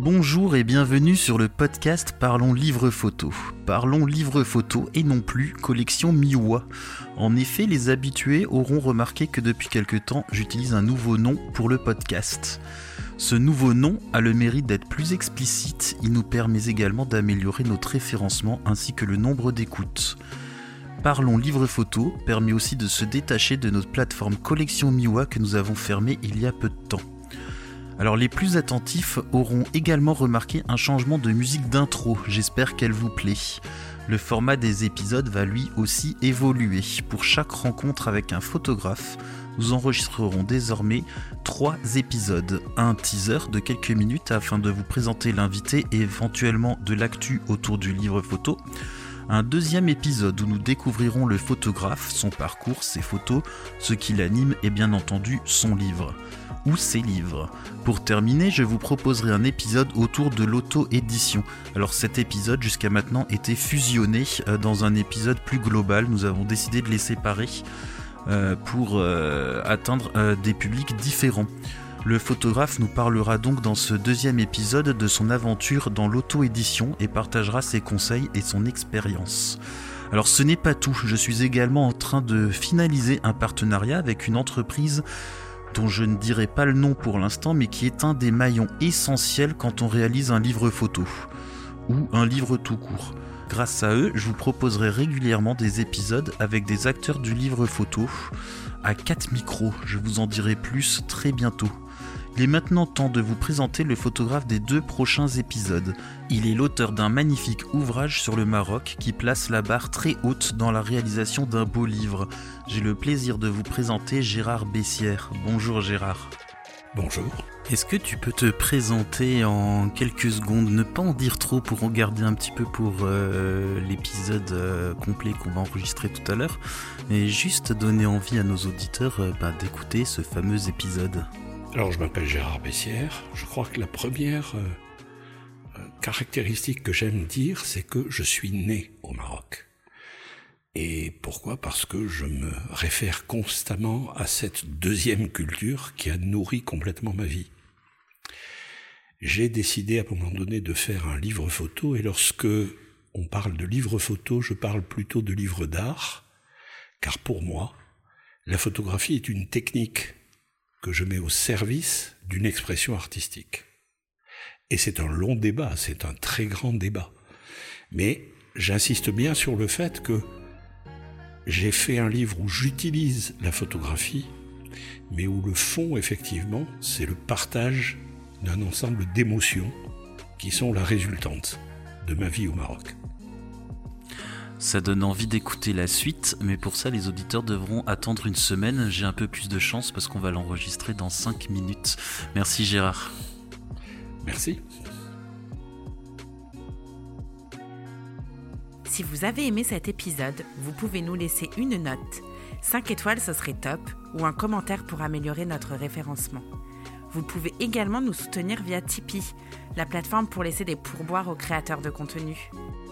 Bonjour et bienvenue sur le podcast Parlons Livre Photo. Parlons Livre Photo et non plus collection Miwa. En effet, les habitués auront remarqué que depuis quelque temps, j'utilise un nouveau nom pour le podcast. Ce nouveau nom a le mérite d'être plus explicite, il nous permet également d'améliorer notre référencement ainsi que le nombre d'écoutes. Parlons Livre Photo permet aussi de se détacher de notre plateforme collection Miwa que nous avons fermée il y a peu de temps. Alors les plus attentifs auront également remarqué un changement de musique d'intro, j'espère qu'elle vous plaît. Le format des épisodes va lui aussi évoluer. Pour chaque rencontre avec un photographe, nous enregistrerons désormais 3 épisodes. Un teaser de quelques minutes afin de vous présenter l'invité et éventuellement de l'actu autour du livre photo. Un deuxième épisode où nous découvrirons le photographe, son parcours, ses photos, ce qui l'anime et bien entendu son livre. Ou ses livres. Pour terminer, je vous proposerai un épisode autour de l'auto-édition. Alors cet épisode jusqu'à maintenant était fusionné dans un épisode plus global. Nous avons décidé de les séparer pour atteindre des publics différents. Le photographe nous parlera donc dans ce deuxième épisode de son aventure dans l'auto-édition et partagera ses conseils et son expérience. Alors ce n'est pas tout, je suis également en train de finaliser un partenariat avec une entreprise dont je ne dirai pas le nom pour l'instant, mais qui est un des maillons essentiels quand on réalise un livre photo, ou un livre tout court. Grâce à eux, je vous proposerai régulièrement des épisodes avec des acteurs du livre photo, à 4 micros, je vous en dirai plus très bientôt. Il est maintenant temps de vous présenter le photographe des 2 prochains épisodes. Il est l'auteur d'un magnifique ouvrage sur le Maroc qui place la barre très haute dans la réalisation d'un beau livre. J'ai le plaisir de vous présenter Gérard Bessières. Bonjour Gérard. Bonjour. Est-ce que tu peux te présenter en quelques secondes, ne pas en dire trop pour en garder un petit peu pour l'épisode complet qu'on va enregistrer tout à l'heure, et juste donner envie à nos auditeurs d'écouter ce fameux épisode. Alors je m'appelle Gérard Bessières. Je crois que la première caractéristique que j'aime dire, c'est que je suis né au Maroc. Et pourquoi ? Parce que je me réfère constamment à cette deuxième culture qui a nourri complètement ma vie. J'ai décidé à un moment donné de faire un livre photo, et lorsque on parle de livre photo, je parle plutôt de livre d'art, car pour moi, la photographie est une technique que je mets au service d'une expression artistique. Et c'est un long débat, c'est un très grand débat. Mais j'insiste bien sur le fait que j'ai fait un livre où j'utilise la photographie, mais où le fond, effectivement, c'est le partage d'un ensemble d'émotions qui sont la résultante de ma vie au Maroc. Ça donne envie d'écouter la suite, mais pour ça les auditeurs devront attendre une semaine. J'ai un peu plus de chance parce qu'on va l'enregistrer dans 5 minutes. Merci Gérard. Merci. Si vous avez aimé cet épisode, vous pouvez nous laisser une note. 5 étoiles, ce serait top, ou un commentaire pour améliorer notre référencement. Vous pouvez également nous soutenir via Tipeee, la plateforme pour laisser des pourboires aux créateurs de contenu.